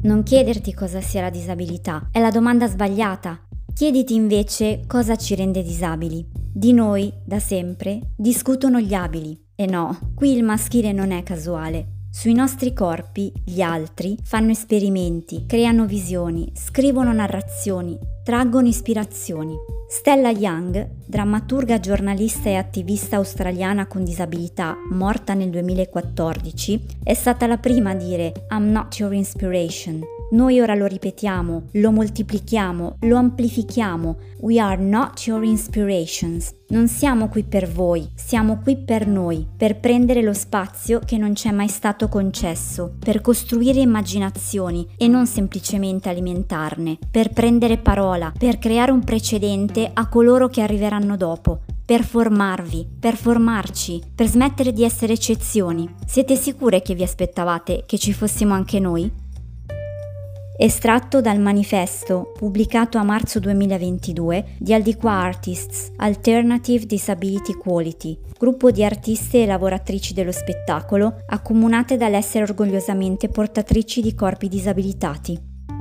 Non chiederti cosa sia la disabilità, è la domanda sbagliata. Chiediti invece cosa ci rende disabili. Di noi, da sempre, discutono gli abili. E no, qui il maschile non è casuale. Sui nostri corpi, gli altri fanno esperimenti, creano visioni, scrivono narrazioni, traggono ispirazioni. Stella Young, drammaturga, giornalista e attivista australiana con disabilità, morta nel 2014, è stata la prima a dire "I'm not your inspiration". Noi ora lo ripetiamo, lo moltiplichiamo, lo amplifichiamo. We are not your inspirations. Non siamo qui per voi, siamo qui per noi, per prendere lo spazio che non ci è mai stato concesso, per costruire immaginazioni e non semplicemente alimentarne, per prendere parola, per creare un precedente a coloro che arriveranno dopo, per formarvi, per formarci, per smettere di essere eccezioni. Siete sicure che vi aspettavate che ci fossimo anche noi? Estratto dal manifesto pubblicato a marzo 2022 di Aldiqua Artists, Alternative Disability Equality, gruppo di artiste e lavoratrici dello spettacolo accomunate dall'essere orgogliosamente portatrici di corpi disabilitati.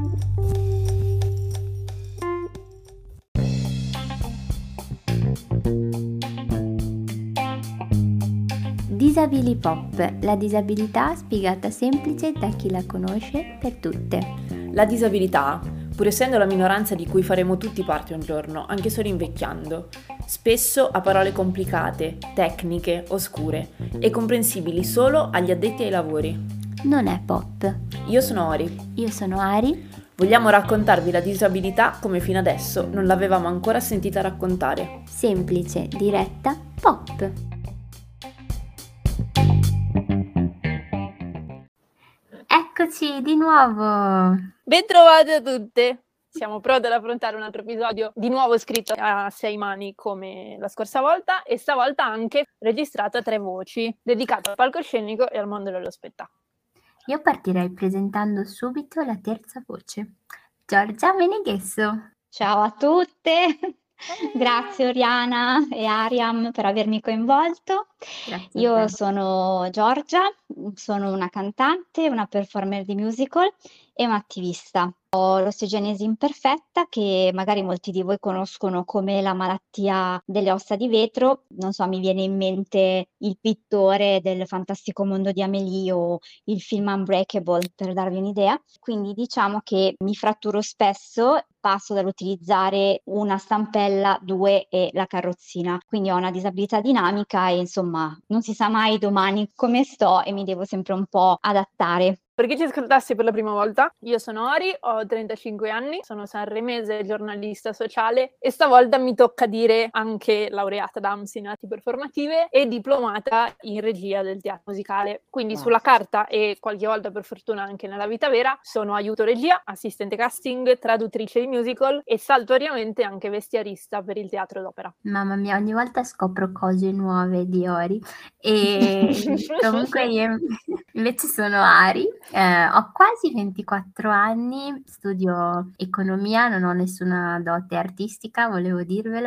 Disabili Pop, la disabilità spiegata semplice da chi la conosce per tutte. La disabilità, pur essendo la minoranza di cui faremo tutti parte un giorno, anche solo invecchiando, spesso ha parole complicate, tecniche, oscure e comprensibili solo agli addetti ai lavori. Non è pop. Io sono Ori. Io sono Ari. Vogliamo raccontarvi la disabilità come fino adesso non l'avevamo ancora sentita raccontare. Semplice, diretta, pop. Eccoci di nuovo! Bentrovate a tutte! Siamo pronte ad affrontare un altro episodio di nuovo scritto a 6 mani come la scorsa volta e stavolta anche registrato a 3 voci, dedicato al palcoscenico e al mondo dello spettacolo. Io partirei presentando subito la terza voce, Giorgia Meneghesso. Ciao a tutte! Grazie Oriana e Ariam per avermi coinvolto. Grazie Io a te. sono Giorgia, sono una cantante, una performer di musical e un'attivista. Ho l'osteogenesi imperfetta, che magari molti di voi conoscono come la malattia delle ossa di vetro. Non so, mi viene in mente il pittore del fantastico mondo di Amélie o il film Unbreakable, per darvi un'idea. Quindi diciamo che mi fratturo spesso, passo dall'utilizzare una stampella, 2 e la carrozzina. Quindi ho una disabilità dinamica e insomma non si sa mai domani come sto e mi devo sempre un po' adattare. Per chi ci ascoltasse per la prima volta, io sono Ori, ho 35 anni, sono sanremese, giornalista sociale e stavolta mi tocca dire anche laureata DAMS in arti performative e diplomata in regia del teatro musicale. Quindi sulla carta e qualche volta per fortuna anche nella vita vera sono aiuto regia, assistente casting, traduttrice di musical e saltuariamente anche vestiarista per il teatro d'opera. Mamma mia, ogni volta scopro cose nuove di Ori e comunque io invece sono Ari. Ho quasi 24 anni, studio economia, non ho nessuna dote artistica, volevo dirvelo.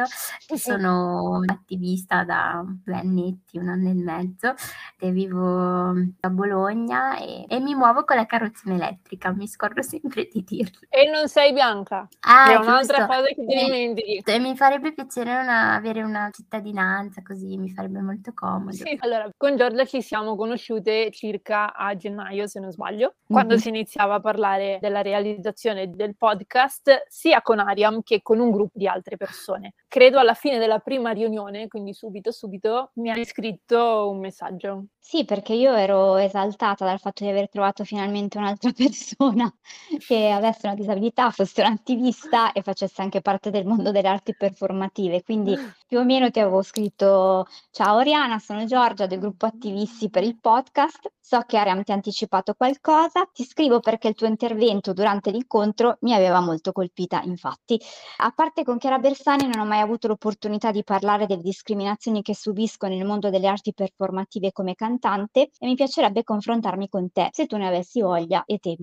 Sono attivista da 2 annetti, 1 anno e mezzo, e vivo a Bologna e mi muovo con la carrozzina elettrica, mi scordo sempre di dirlo. E non sei bianca, Ah, è è un'altra giusto. cosa che ti dimentichi. E mi farebbe piacere avere una cittadinanza, così mi farebbe molto comodo. Sì, allora, con Giorgia ci siamo conosciute circa a gennaio, se non sbaglio, quando si iniziava a parlare della realizzazione del podcast sia con Ariam che con un gruppo di altre persone. Credo alla fine della prima riunione, quindi subito, mi hai scritto un messaggio. Sì, perché io ero esaltata dal fatto di aver trovato finalmente un'altra persona che avesse una disabilità, fosse un'attivista e facesse anche parte del mondo delle arti performative. Quindi più o meno ti avevo scritto: ciao Oriana, sono Giorgia del gruppo Attivisti per il podcast. So che Ariam ti ha anticipato qualcosa. Ti scrivo perché il tuo intervento durante l'incontro mi aveva molto colpita, infatti. A parte con Chiara Bersani non ho mai avuto l'opportunità di parlare delle discriminazioni che subisco nel mondo delle arti performative come cantante e mi piacerebbe confrontarmi con te, se tu ne avessi voglia e tempo.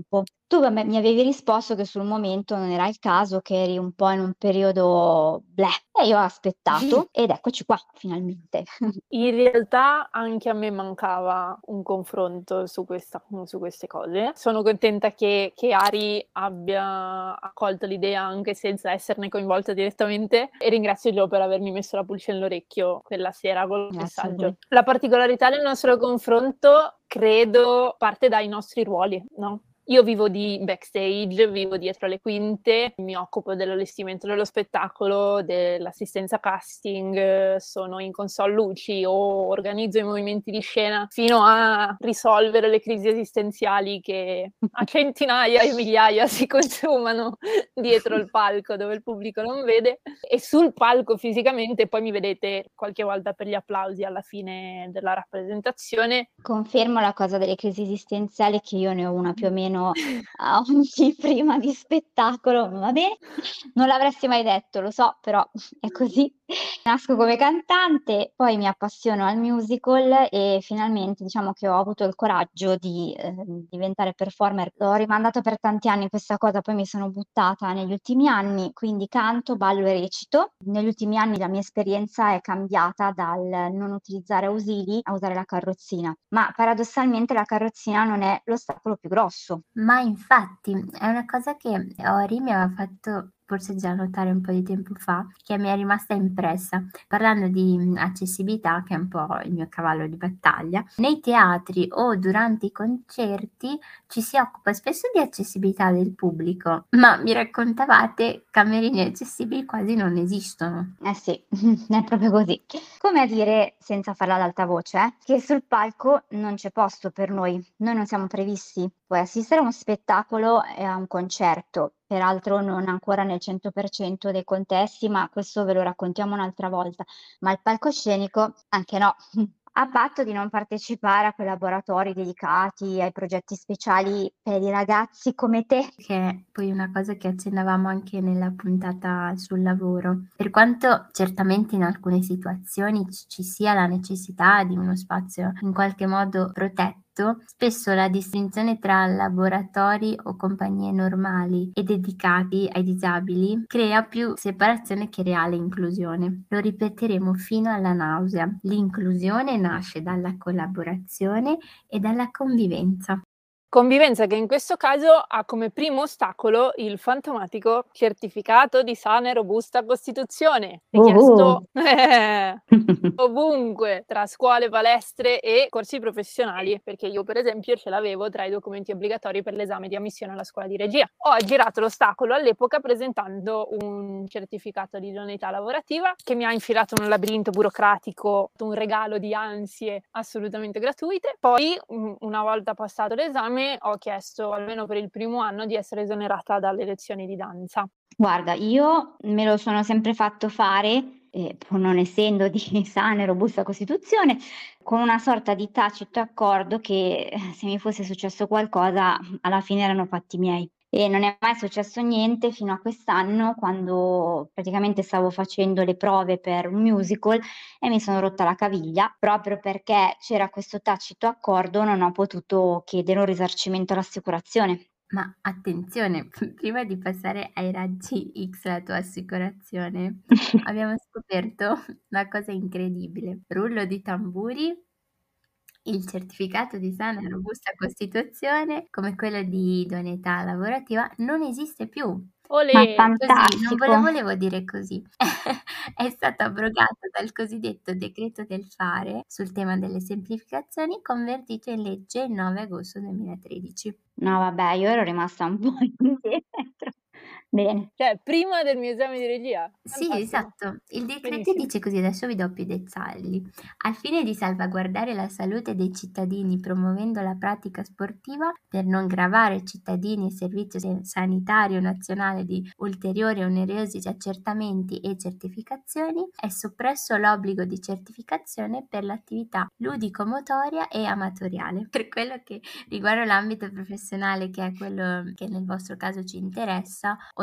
Tu mi avevi risposto che sul momento non era il caso, che eri un po' in un periodo bleh, e io ho aspettato ed eccoci qua finalmente. In realtà anche a me mancava un confronto su queste cose. Sono contenta che Ari abbia accolto l'idea anche senza esserne coinvolta direttamente e ringrazio Gio per avermi messo la pulce nell'orecchio quella sera col Grazie a voi. messaggio. La particolarità del nostro confronto credo parte dai nostri ruoli, no? Io vivo di backstage, vivo dietro le quinte, mi occupo dell'allestimento dello spettacolo, dell'assistenza casting, sono in console luci o organizzo i movimenti di scena, fino a risolvere le crisi esistenziali che a centinaia e migliaia si consumano dietro il palco dove il pubblico non vede, e sul palco fisicamente poi mi vedete qualche volta per gli applausi alla fine della rappresentazione. Confermo la cosa delle crisi esistenziali, che io ne ho una più o meno a ogni prima di spettacolo, va bene, non l'avresti mai detto, lo so, però è così. Nasco come cantante, poi mi appassiono al musical e finalmente diciamo che ho avuto il coraggio di diventare performer. L'ho rimandato per tanti anni questa cosa, poi mi sono buttata negli ultimi anni, quindi canto, ballo e recito. Negli ultimi anni la mia esperienza è cambiata dal non utilizzare ausili a usare la carrozzina, ma paradossalmente la carrozzina non è l'ostacolo più grosso. Ma infatti è una cosa che Ori mi aveva fatto forse già notare un po' di tempo fa, che mi è rimasta impressa, parlando di accessibilità, che è un po' il mio cavallo di battaglia. Nei teatri o durante i concerti ci si occupa spesso di accessibilità del pubblico, ma mi raccontavate camerini accessibili quasi non esistono. Eh sì, è proprio così. Come a dire, senza farla ad alta voce, che sul palco non c'è posto per noi. Noi non siamo previsti. Puoi assistere a uno spettacolo e a un concerto, peraltro non ancora nel 100% dei contesti, ma questo ve lo raccontiamo un'altra volta. Ma il palcoscenico anche no. A patto di non partecipare a quei laboratori dedicati ai progetti speciali per i ragazzi come te. Che è poi una cosa che accennavamo anche nella puntata sul lavoro. Per quanto certamente in alcune situazioni ci sia la necessità di uno spazio in qualche modo protetto, spesso la distinzione tra laboratori o compagnie normali e dedicati ai disabili crea più separazione che reale inclusione. Lo ripeteremo fino alla nausea. L'inclusione nasce dalla collaborazione e dalla convivenza. Convivenza che in questo caso ha come primo ostacolo il fantomatico certificato di sana e robusta costituzione, richiesto ovunque, tra scuole, palestre e corsi professionali, perché io per esempio ce l'avevo tra i documenti obbligatori per l'esame di ammissione alla scuola di regia. Ho aggirato l'ostacolo all'epoca presentando un certificato di idoneità lavorativa che mi ha infilato in un labirinto burocratico, un regalo di ansie assolutamente gratuite. Poi, una volta passato l'esame, ho chiesto, almeno per il primo anno, di essere esonerata dalle lezioni di danza. Guarda, io me lo sono sempre fatto fare, pur non essendo di sana e robusta costituzione, con una sorta di tacito accordo che se mi fosse successo qualcosa, alla fine erano fatti miei. E non è mai successo niente fino a quest'anno, quando praticamente stavo facendo le prove per un musical e mi sono rotta la caviglia. Proprio perché c'era questo tacito accordo, non ho potuto chiedere un risarcimento all'assicurazione. Ma attenzione, prima di passare ai raggi X, la tua assicurazione, abbiamo scoperto una cosa incredibile. Rullo di tamburi, il certificato di sana e robusta costituzione, come quello di idoneità lavorativa, non esiste più. Ma Olè! Così, non fantastico! volevo dire così. È stato abrogato dal cosiddetto decreto del fare sul tema delle semplificazioni, convertito in legge il 9 agosto 2013. No, vabbè, io ero rimasta un po' indietro. Bene. Cioè, prima del mio esame di regia. Sì, Fantastico. esatto. Il decreto Benissimo. dice così, adesso vi do più dettagli. Al fine di salvaguardare la salute dei cittadini promuovendo la pratica sportiva, per non gravare cittadini e servizio sanitario nazionale di ulteriori onerosi accertamenti e certificazioni, è soppresso l'obbligo di certificazione per l'attività ludico-motoria e amatoriale. Per quello che riguarda l'ambito professionale, che è quello che nel vostro caso ci interessa,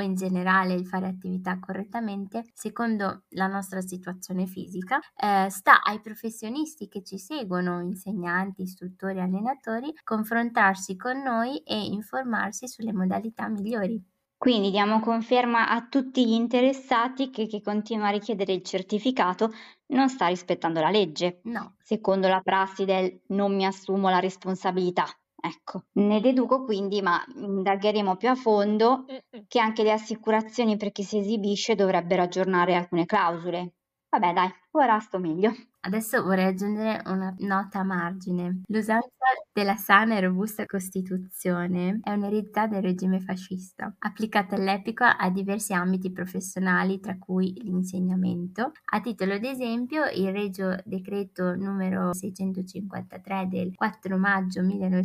o in generale il fare attività correttamente secondo la nostra situazione fisica. Sta ai professionisti che ci seguono, insegnanti, istruttori, allenatori, confrontarsi con noi e informarsi sulle modalità migliori. Quindi diamo conferma a tutti gli interessati che chi continua a richiedere il certificato non sta rispettando la legge, No, secondo la prassi del non mi assumo la responsabilità. Ecco, ne deduco quindi, ma indagheremo più a fondo, che anche le assicurazioni per chi si esibisce dovrebbero aggiornare alcune clausole. Vabbè, dai, ora sto meglio. adesso vorrei aggiungere una nota a margine. L'usanza della sana e robusta Costituzione è un'eredità del regime fascista, applicata all'epoca a diversi ambiti professionali, tra cui l'insegnamento. A titolo d'esempio, il Regio Decreto numero 653 del 4 maggio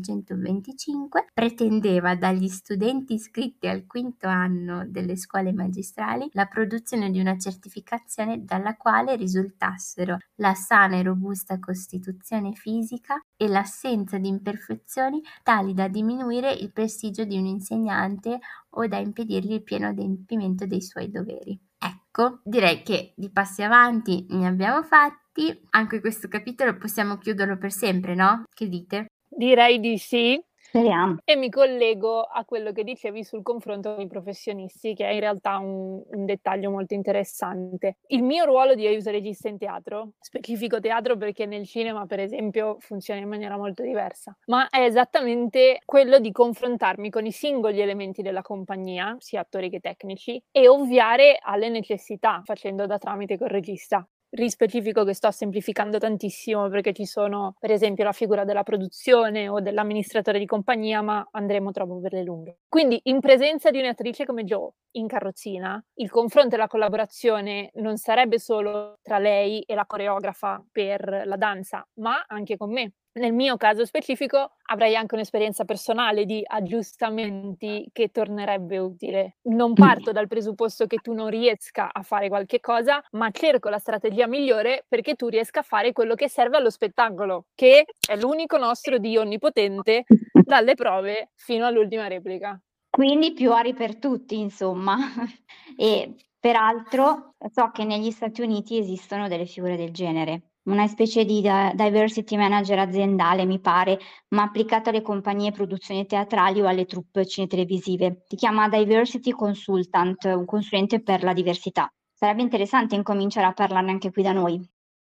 1925 pretendeva dagli studenti iscritti al quinto anno delle scuole magistrali la produzione di una certificazione dalla quale risultassero la sana e robusta costituzione fisica e l'assenza di imperfezioni tali da diminuire il prestigio di un insegnante o da impedirgli il pieno adempimento dei suoi doveri. Ecco, direi che di passi avanti ne abbiamo fatti, anche questo capitolo possiamo chiuderlo per sempre, no? Che dite? Direi di sì. Speriamo. E mi collego a quello che dicevi sul confronto con i professionisti, che è in realtà un dettaglio molto interessante. Il mio ruolo di aiuto regista in teatro, specifico teatro perché nel cinema, per esempio, funziona in maniera molto diversa, ma è esattamente quello di confrontarmi con i singoli elementi della compagnia, sia attori che tecnici, e ovviare alle necessità, facendo da tramite col regista. Rispecifico che sto semplificando tantissimo perché ci sono per esempio la figura della produzione o dell'amministratore di compagnia, ma andremo troppo per le lunghe. Quindi in presenza di un'attrice come Jo in carrozzina, il confronto e la collaborazione non sarebbe solo tra lei e la coreografa per la danza, ma anche con me. Nel mio caso specifico avrei anche un'esperienza personale di aggiustamenti che tornerebbe utile. Non parto dal presupposto che tu non riesca a fare qualche cosa, ma cerco la strategia migliore perché tu riesca a fare quello che serve allo spettacolo, che è l'unico nostro Dio onnipotente, dalle prove fino all'ultima replica. Quindi più ari per tutti, insomma. E peraltro so che negli Stati Uniti esistono delle figure del genere, una specie di diversity manager aziendale, mi pare, ma applicato alle compagnie e produzioni teatrali o alle troupe cinetelevisive. Si chiama Diversity Consultant, un consulente per la diversità. Sarebbe interessante incominciare a parlarne anche qui da noi.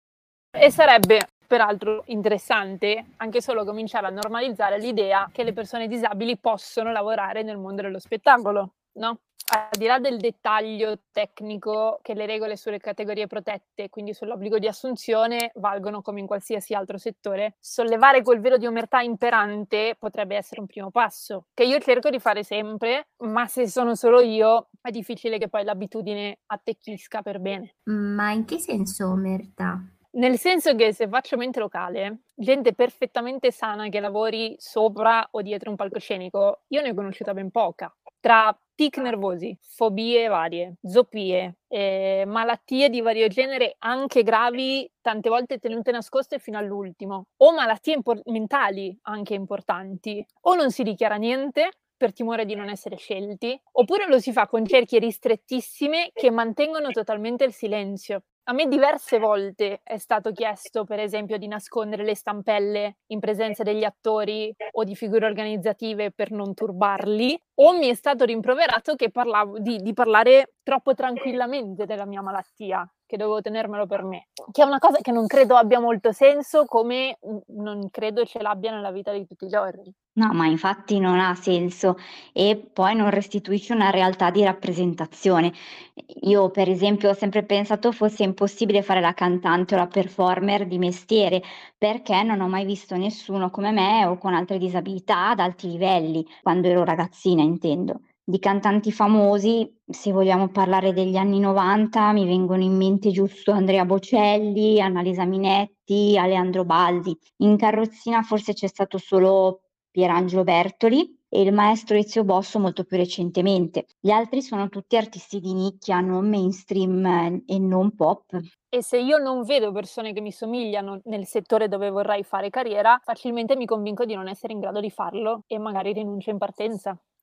E sarebbe peraltro interessante anche solo cominciare a normalizzare l'idea che le persone disabili possono lavorare nel mondo dello spettacolo, no? Al di là del dettaglio tecnico che le regole sulle categorie protette, quindi sull'obbligo di assunzione, valgono come in qualsiasi altro settore, sollevare quel velo di omertà imperante potrebbe essere un primo passo, che io cerco di fare sempre, ma se sono solo io è difficile che poi l'abitudine attecchisca per bene. Ma in che senso omertà? Nel senso che se faccio mente locale, gente perfettamente sana che lavori sopra o dietro un palcoscenico, io ne ho conosciuta ben poca. Tra tic nervosi, fobie varie, zoppie, malattie di vario genere, anche gravi, tante volte tenute nascoste fino all'ultimo, o malattie mentali anche importanti, o non si dichiara niente per timore di non essere scelti, oppure lo si fa con cerchie ristrettissime che mantengono totalmente il silenzio. A me diverse volte è stato chiesto, per esempio, di nascondere le stampelle in presenza degli attori o di figure organizzative per non turbarli, o mi è stato rimproverato che parlavo di parlare troppo tranquillamente della mia malattia, che dovevo tenermelo per me, che è una cosa che non credo abbia molto senso, come non credo ce l'abbia nella vita di tutti i giorni. No, ma infatti non ha senso e poi non restituisce una realtà di rappresentazione. Io, per esempio, ho sempre pensato fosse impossibile fare la cantante o la performer di mestiere, perché non ho mai visto nessuno come me o con altre disabilità ad alti livelli, quando ero ragazzina, intendo. Di cantanti famosi, se vogliamo parlare degli anni 90, mi vengono in mente giusto Andrea Bocelli, Annalisa Minetti, Aleandro Baldi. In carrozzina forse c'è stato solo Pierangelo Bertoli e il maestro Ezio Bosso molto più recentemente. Gli altri sono tutti artisti di nicchia, non mainstream e non pop. E se io non vedo persone che mi somigliano nel settore dove vorrei fare carriera, facilmente mi convinco di non essere in grado di farlo e magari rinuncio in partenza.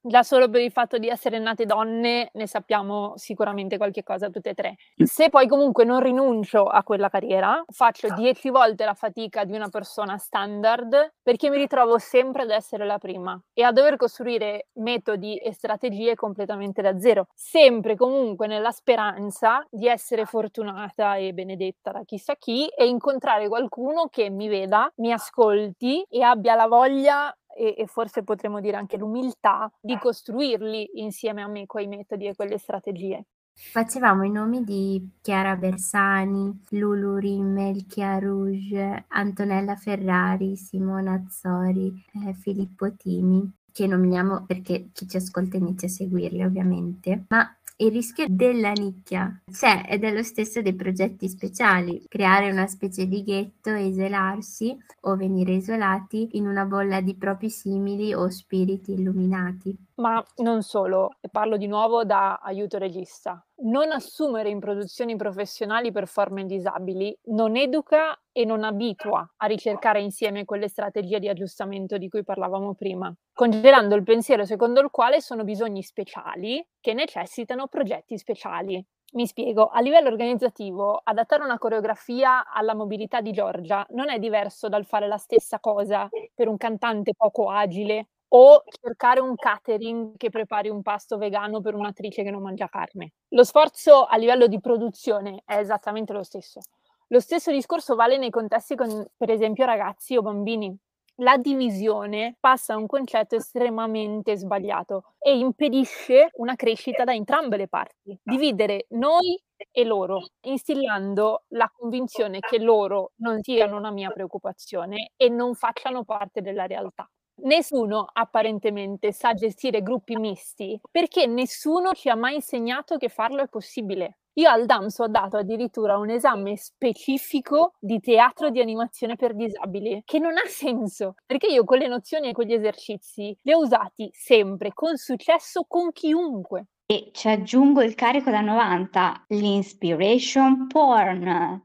Già solo per il fatto di essere nate donne ne sappiamo sicuramente qualche cosa tutte e tre. Se poi comunque non rinuncio a quella carriera, faccio 10 volte la fatica di una persona standard perché mi ritrovo sempre ad essere la prima e a dover costruire metodi e strategie completamente da zero, sempre comunque nella speranza di essere fortunata e benedetta da chissà chi e incontrare qualcuno che mi veda, mi ascolti e abbia la voglia e forse potremmo dire anche l'umiltà di costruirli insieme a me quei metodi e quelle strategie. Facevamo i nomi di Chiara Bersani, Lulu Rimmel, Chia Rouge, Antonella Ferrari, Simona Azzori, Filippo Timi, che nominiamo perché chi ci ascolta inizia a seguirli ovviamente, ma il rischio della nicchia c'è ed è lo stesso dei progetti speciali, creare una specie di ghetto e isolarsi o venire isolati in una bolla di propri simili o spiriti illuminati. Ma non solo, e parlo di nuovo da aiuto regista. Non assumere in produzioni professionali persone disabili non educa e non abitua a ricercare insieme quelle strategie di aggiustamento di cui parlavamo prima, congelando il pensiero secondo il quale sono bisogni speciali che necessitano progetti speciali. Mi spiego, a livello organizzativo, adattare una coreografia alla mobilità di Giorgia non è diverso dal fare la stessa cosa per un cantante poco agile o cercare un catering che prepari un pasto vegano per un'attrice che non mangia carne. Lo sforzo a livello di produzione è esattamente lo stesso. Lo stesso discorso vale nei contesti con, per esempio, ragazzi o bambini. La divisione passa a un concetto estremamente sbagliato e impedisce una crescita da entrambe le parti. Dividere noi e loro, instillando la convinzione che loro non siano una mia preoccupazione e non facciano parte della realtà. Nessuno apparentemente sa gestire gruppi misti perché nessuno ci ha mai insegnato che farlo è possibile. Io al DAMS ho dato addirittura un esame specifico di teatro di animazione per disabili, che non ha senso, perché io quelle nozioni e quegli esercizi li ho usati sempre, con successo, con chiunque. E ci aggiungo il carico da 90, l'inspiration porn.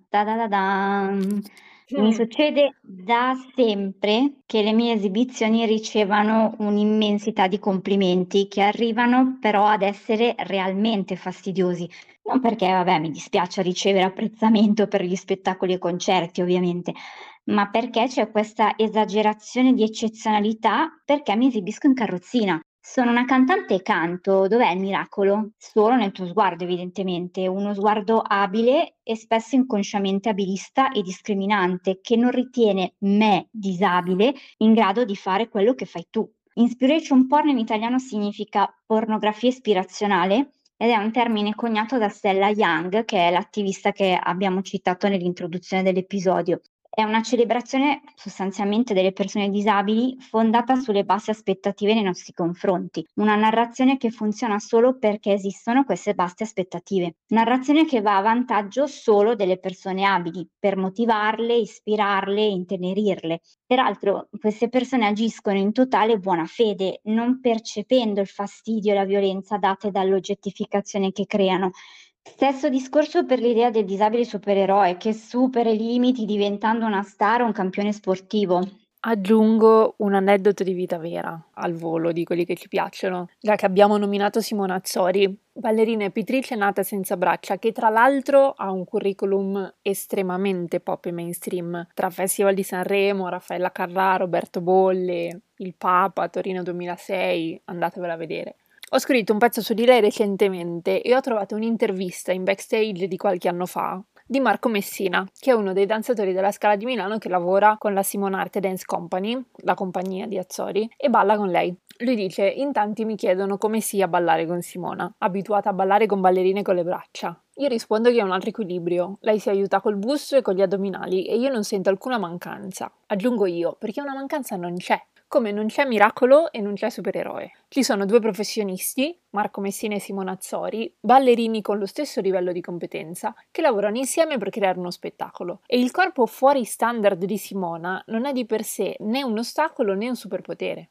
Da. Mi succede da sempre che le mie esibizioni ricevano un'immensità di complimenti che arrivano però ad essere realmente fastidiosi. Non perché, vabbè, mi dispiace ricevere apprezzamento per gli spettacoli e concerti, ovviamente, ma perché c'è questa esagerazione di eccezionalità perché mi esibisco in carrozzina. Sono una cantante e canto, dov'è il miracolo? Solo nel tuo sguardo, evidentemente, uno sguardo abile e spesso inconsciamente abilista e discriminante, che non ritiene me, disabile, in grado di fare quello che fai tu. Inspiration porn in italiano significa pornografia ispirazionale ed è un termine coniato da Stella Young, che è l'attivista che abbiamo citato nell'introduzione dell'episodio. È una celebrazione sostanzialmente delle persone disabili fondata sulle basse aspettative nei nostri confronti, una narrazione che funziona solo perché esistono queste basse aspettative, narrazione che va a vantaggio solo delle persone abili, per motivarle, ispirarle, intenerirle. Peraltro queste persone agiscono in totale buona fede, non percependo il fastidio e la violenza date dall'oggettificazione che creano. Stesso discorso per l'idea del disabile supereroe che supera i limiti diventando una star o un campione sportivo. Aggiungo un aneddoto di vita vera, al volo, di quelli che ci piacciono, già che abbiamo nominato Simona Azzori, ballerina e pittrice nata senza braccia, che tra l'altro ha un curriculum estremamente pop e mainstream, tra Festival di Sanremo, Raffaella Carrà, Roberto Bolle, Il Papa, Torino 2006, andatevela a vedere. Ho scritto un pezzo su di lei recentemente e ho trovato un'intervista in backstage di qualche anno fa di Marco Messina, che è uno dei danzatori della Scala di Milano che lavora con la Simonarte Dance Company, la compagnia di Azzori, e balla con lei. Lui dice: in tanti mi chiedono come sia ballare con Simona, abituata a ballare con ballerine con le braccia. Io rispondo che è un altro equilibrio, lei si aiuta col busto e con gli addominali e io non sento alcuna mancanza. Aggiungo io, perché una mancanza non c'è. Come non c'è miracolo e non c'è supereroe. Ci sono due professionisti, Marco Messina e Simona Azzori, ballerini con lo stesso livello di competenza, che lavorano insieme per creare uno spettacolo. E il corpo fuori standard di Simona non è di per sé né un ostacolo né un superpotere.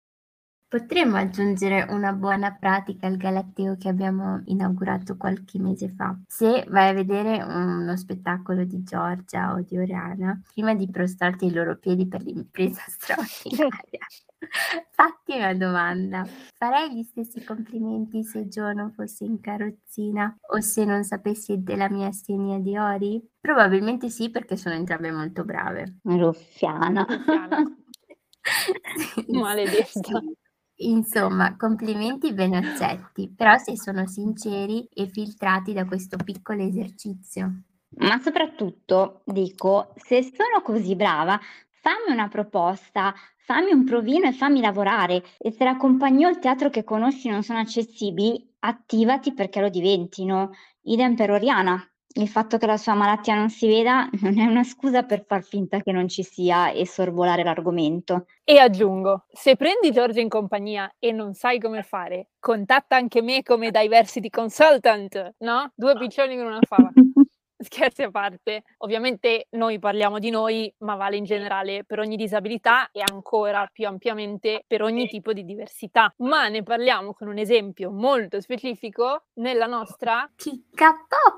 Potremmo aggiungere una buona pratica al Galateo che abbiamo inaugurato qualche mese fa. Se vai a vedere uno spettacolo di Giorgia o di Oriana, prima di prostrarti i loro piedi per l'impresa straordinaria, Fatti una domanda. Farei gli stessi complimenti se Gio non fosse in carrozzina o se non sapessi della mia astenia di Ori? Probabilmente sì, perché sono entrambe molto brave. Ruffiana. Ruffiana. Sì, Maledetta. sì. Insomma, complimenti ben accetti, però se sono sinceri e filtrati da questo piccolo esercizio. Ma soprattutto dico, se sono così brava, fammi una proposta, fammi un provino e fammi lavorare. E se la compagnia o il teatro che conosci non sono accessibili, attivati perché lo diventino. Idem per Oriana. Il fatto che la sua malattia non si veda non è una scusa per far finta che non ci sia e sorvolare l'argomento. E aggiungo, se prendi Giorgia in compagnia e non sai come fare, contatta anche me come diversity consultant, no? 2 piccioni con una fava. Scherzi a parte, ovviamente noi parliamo di noi, ma vale in generale per ogni disabilità e ancora più ampiamente per ogni tipo di diversità. Ma ne parliamo con un esempio molto specifico nella nostra Chicca Pop!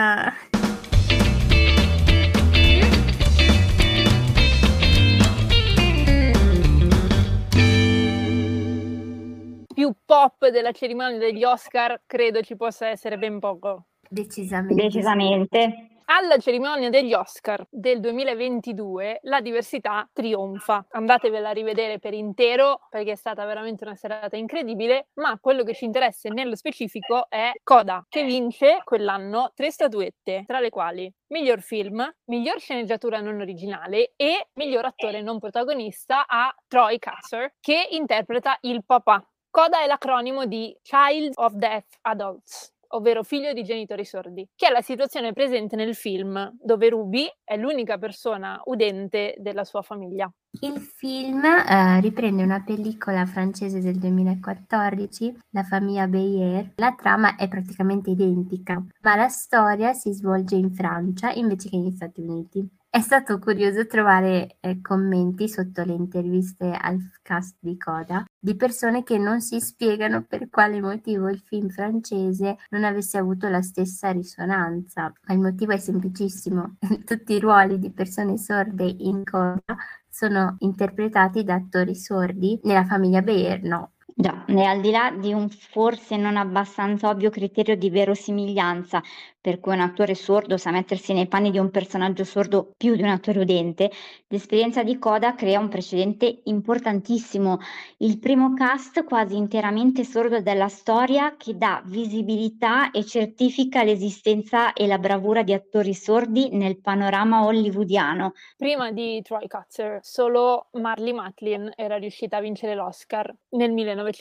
più pop della cerimonia degli Oscar, credo ci possa essere ben poco. Decisamente. Decisamente. Alla cerimonia degli Oscar del 2022 la diversità trionfa. Andatevela a rivedere per intero perché è stata veramente una serata incredibile, ma quello che ci interessa nello specifico è Coda, che vince quell'anno 3 statuette, tra le quali miglior film, miglior sceneggiatura non originale e miglior attore non protagonista a Troy Kutzer, che interpreta il papà. Coda è l'acronimo di Child of Deaf Adults, ovvero figlio di genitori sordi, che è la situazione presente nel film, dove Ruby è l'unica persona udente della sua famiglia. Il film riprende una pellicola francese del 2014, La famiglia Beyer. La trama è praticamente identica, ma la storia si svolge in Francia invece che negli Stati Uniti. È stato curioso trovare commenti sotto le interviste al cast di Coda di persone che non si spiegano per quale motivo il film francese non avesse avuto la stessa risonanza. Ma il motivo è semplicissimo: tutti i ruoli di persone sorde in Coda sono interpretati da attori sordi, nella famiglia Beyer no. Già, e al di là di un forse non abbastanza ovvio criterio di verosimiglianza, per cui un attore sordo sa mettersi nei panni di un personaggio sordo più di un attore udente, l'esperienza di Coda crea un precedente importantissimo. Il primo cast quasi interamente sordo della storia che dà visibilità e certifica l'esistenza e la bravura di attori sordi nel panorama hollywoodiano. Prima di Troy Kutzer, solo Marlee Matlin era riuscita a vincere l'Oscar nel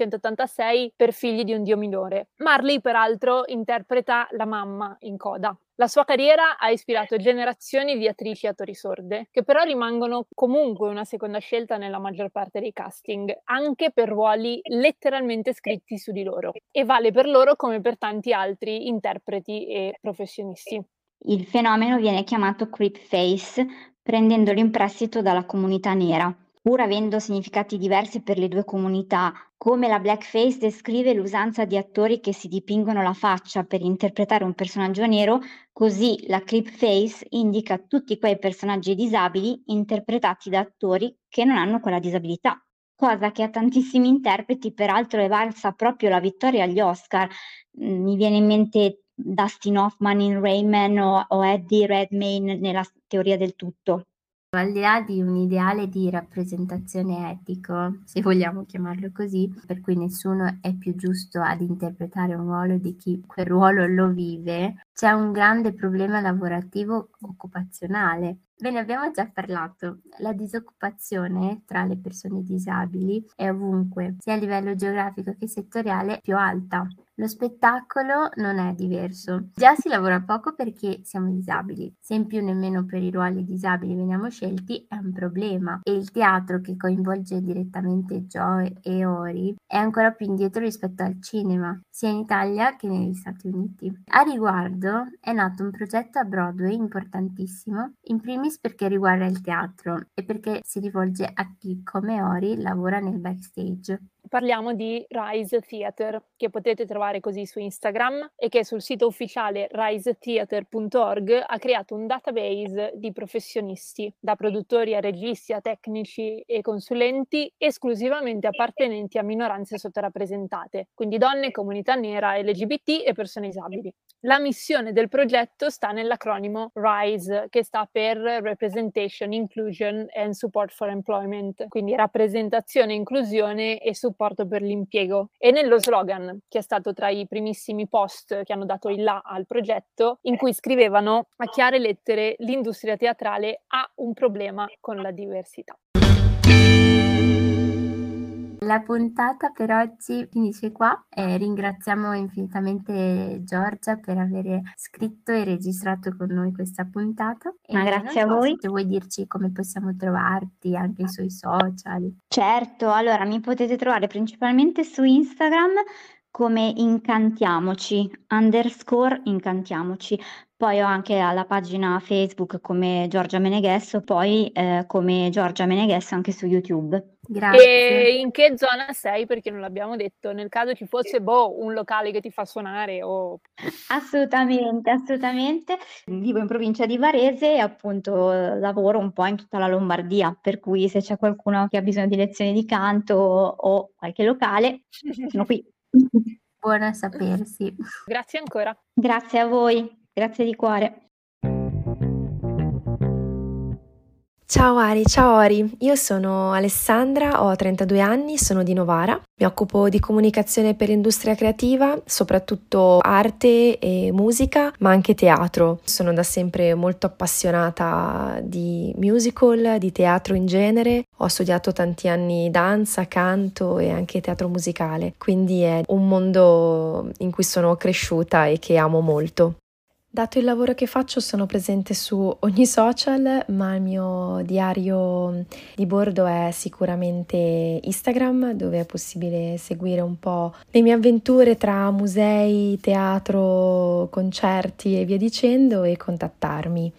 1986 per Figli di un Dio minore. Marlee, peraltro, interpreta la mamma in Coda. La sua carriera ha ispirato generazioni di attrici e attori sorde, che però rimangono comunque una seconda scelta nella maggior parte dei casting, anche per ruoli letteralmente scritti su di loro. E vale per loro come per tanti altri interpreti e professionisti. Il fenomeno viene chiamato creep face, prendendolo in prestito dalla comunità nera. Pur avendo significati diversi per le due comunità, come la blackface descrive l'usanza di attori che si dipingono la faccia per interpretare un personaggio nero, così la creep face indica tutti quei personaggi disabili interpretati da attori che non hanno quella disabilità. Cosa che a tantissimi interpreti peraltro è valsa proprio la vittoria agli Oscar. Mi viene in mente Dustin Hoffman in Rayman o Eddie Redmayne nella Teoria del tutto. Al di là di un ideale di rappresentazione etico, se vogliamo chiamarlo così, per cui nessuno è più giusto ad interpretare un ruolo di chi quel ruolo lo vive, c'è un grande problema lavorativo occupazionale. Ve ne abbiamo già parlato. La disoccupazione tra le persone disabili è ovunque, sia a livello geografico che settoriale, più alta. Lo spettacolo non è diverso. Già si lavora poco perché siamo disabili. Se in più nemmeno per i ruoli disabili veniamo scelti è un problema. E il teatro, che coinvolge direttamente Joe e Ori, è ancora più indietro rispetto al cinema, sia in Italia che negli Stati Uniti. A riguardo periodo è nato un progetto a Broadway importantissimo, in primis perché riguarda il teatro e perché si rivolge a chi come Ori lavora nel backstage. Parliamo di Rise Theatre, che potete trovare così su Instagram e che sul sito ufficiale risetheatre.org ha creato un database di professionisti, da produttori a registi a tecnici e consulenti, esclusivamente appartenenti a minoranze sottorappresentate, quindi donne, comunità nera, LGBT e persone disabili. La missione del progetto sta nell'acronimo RISE, che sta per Representation, Inclusion and Support for Employment, quindi rappresentazione, inclusione e supporto per l'impiego. E nello slogan, che è stato tra i primissimi post che hanno dato il là al progetto, in cui scrivevano a chiare lettere: l'industria teatrale ha un problema con la diversità. La puntata per oggi finisce qua e ringraziamo infinitamente Giorgia per aver scritto e registrato con noi questa puntata. Ma grazie a voi. Se vuoi dirci come possiamo trovarti anche sui social. Certo, allora mi potete trovare principalmente su Instagram come incantiamoci_incantiamoci. Poi ho anche la pagina Facebook come Giorgia Meneghesso, poi come Giorgia Meneghesso anche su YouTube. Grazie. E in che zona sei? Perché non l'abbiamo detto, nel caso ci fosse un locale che ti fa suonare o... Assolutamente. Vivo in provincia di Varese e appunto lavoro un po' in tutta la Lombardia, per cui se c'è qualcuno che ha bisogno di lezioni di canto o qualche locale, sono qui. Buono a sapersi. Grazie ancora. Grazie a voi, grazie di cuore. Ciao Ari, ciao Ori, io sono Alessandra, ho 32 anni, sono di Novara, mi occupo di comunicazione per l'industria creativa, soprattutto arte e musica, ma anche teatro. Sono da sempre molto appassionata di musical, di teatro in genere, ho studiato tanti anni danza, canto e anche teatro musicale, quindi è un mondo in cui sono cresciuta e che amo molto. Dato il lavoro che faccio sono presente su ogni social, ma il mio diario di bordo è sicuramente Instagram, dove è possibile seguire un po' le mie avventure tra musei, teatro, concerti e via dicendo e contattarmi.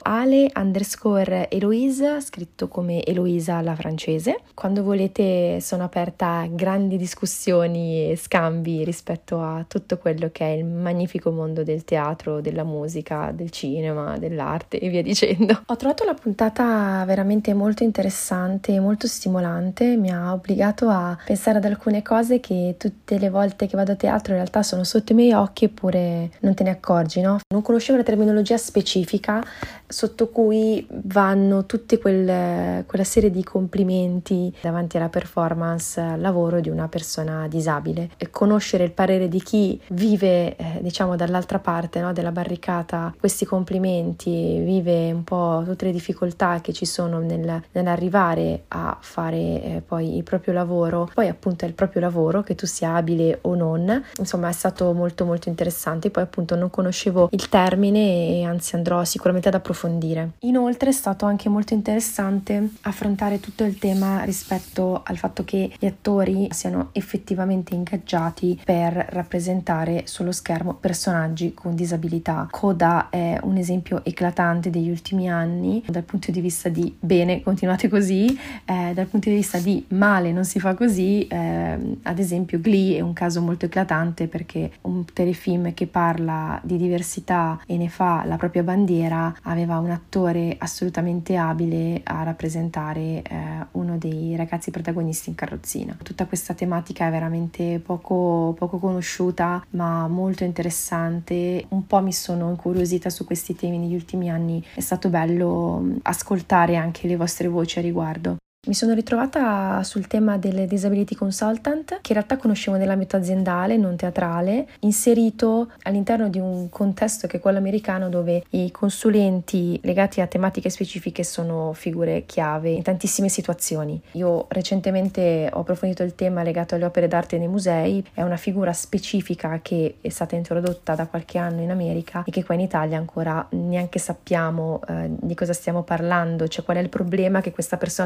Ale_Eloisa, scritto come Eloisa alla francese. Quando volete sono aperta a grandi discussioni e scambi rispetto a tutto quello che è il magnifico mondo del teatro, della musica, del cinema, dell'arte e via dicendo. Ho trovato la puntata veramente molto interessante e molto stimolante, mi ha obbligato a pensare ad alcune cose che tutte le volte che vado a teatro in realtà sono sotto i miei occhi eppure non te ne accorgi, no? Non conoscevo la terminologia specifica sotto cui vanno tutte quella serie di complimenti davanti alla performance, al lavoro di una persona disabile. E conoscere il parere di chi vive diciamo dall'altra parte, no, della barricata questi complimenti, vive un po' tutte le difficoltà che ci sono nell'arrivare a fare poi il proprio lavoro, poi appunto è il proprio lavoro, che tu sia abile o non, insomma è stato molto molto interessante. Poi appunto non conoscevo il termine e anzi andrò sicuramente ad approfondire. Inoltre è stato anche molto interessante affrontare tutto il tema rispetto al fatto che gli attori siano effettivamente ingaggiati per rappresentare sullo schermo personaggi con disabilità. Coda è un esempio eclatante degli ultimi anni dal punto di vista di bene, continuate così, dal punto di vista di male, non si fa così. Ad esempio Glee è un caso molto eclatante perché un telefilm che parla di diversità e ne fa la propria bandiera aveva un attore assolutamente abile a rappresentare uno dei ragazzi protagonisti in carrozzina. Tutta questa tematica è veramente poco conosciuta ma molto interessante. Un po' mi sono incuriosita su questi temi negli ultimi anni, è stato bello ascoltare anche le vostre voci a riguardo. Mi sono ritrovata sul tema delle disability consultant, che in realtà conoscevo nell'ambito aziendale, non teatrale, inserito all'interno di un contesto che è quello americano, dove i consulenti legati a tematiche specifiche sono figure chiave in tantissime situazioni. Io recentemente ho approfondito il tema legato alle opere d'arte nei musei, è una figura specifica che è stata introdotta da qualche anno in America e che qua in Italia ancora neanche sappiamo di cosa stiamo parlando, cioè qual è il problema che questa persona dovrebbe risolvere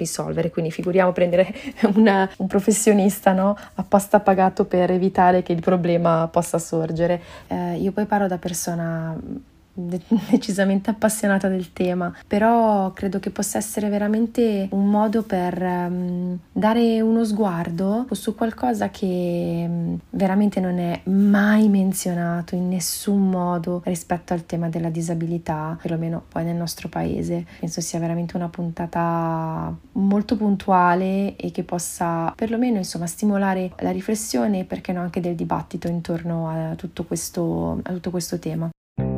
risolvere, quindi figuriamo prendere un professionista, no? Apposta pagato per evitare che il problema possa sorgere. Io poi parlo da persona decisamente appassionata del tema, però credo che possa essere veramente un modo per dare uno sguardo su qualcosa che veramente non è mai menzionato in nessun modo rispetto al tema della disabilità, perlomeno poi nel nostro paese. Penso sia veramente una puntata molto puntuale e che possa perlomeno stimolare la riflessione e perché no anche del dibattito intorno a tutto questo tema.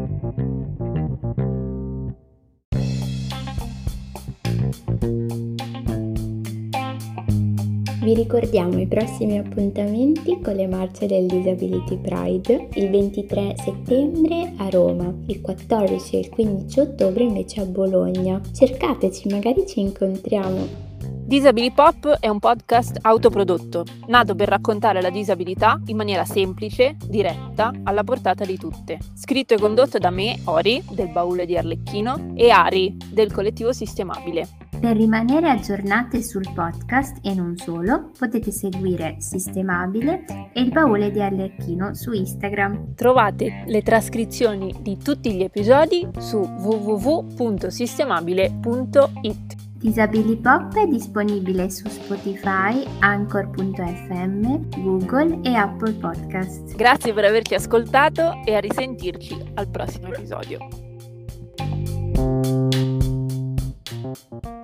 Vi ricordiamo i prossimi appuntamenti con le marce del Disability Pride, il 23 settembre a Roma, il 14 e il 15 ottobre invece a Bologna. Cercateci, magari ci incontriamo. Disabili Pop è un podcast autoprodotto, nato per raccontare la disabilità in maniera semplice, diretta, alla portata di tutte. Scritto e condotto da me, Ori, del Baule di Arlecchino, e Ari, del collettivo Sistemabile. Per rimanere aggiornate sul podcast e non solo, potete seguire Sistemabile e il Baule di Arlecchino su Instagram. Trovate le trascrizioni di tutti gli episodi su www.sistemabile.it. Disabili Pop è disponibile su Spotify, Anchor.fm, Google e Apple Podcast. Grazie per averci ascoltato e a risentirci al prossimo episodio.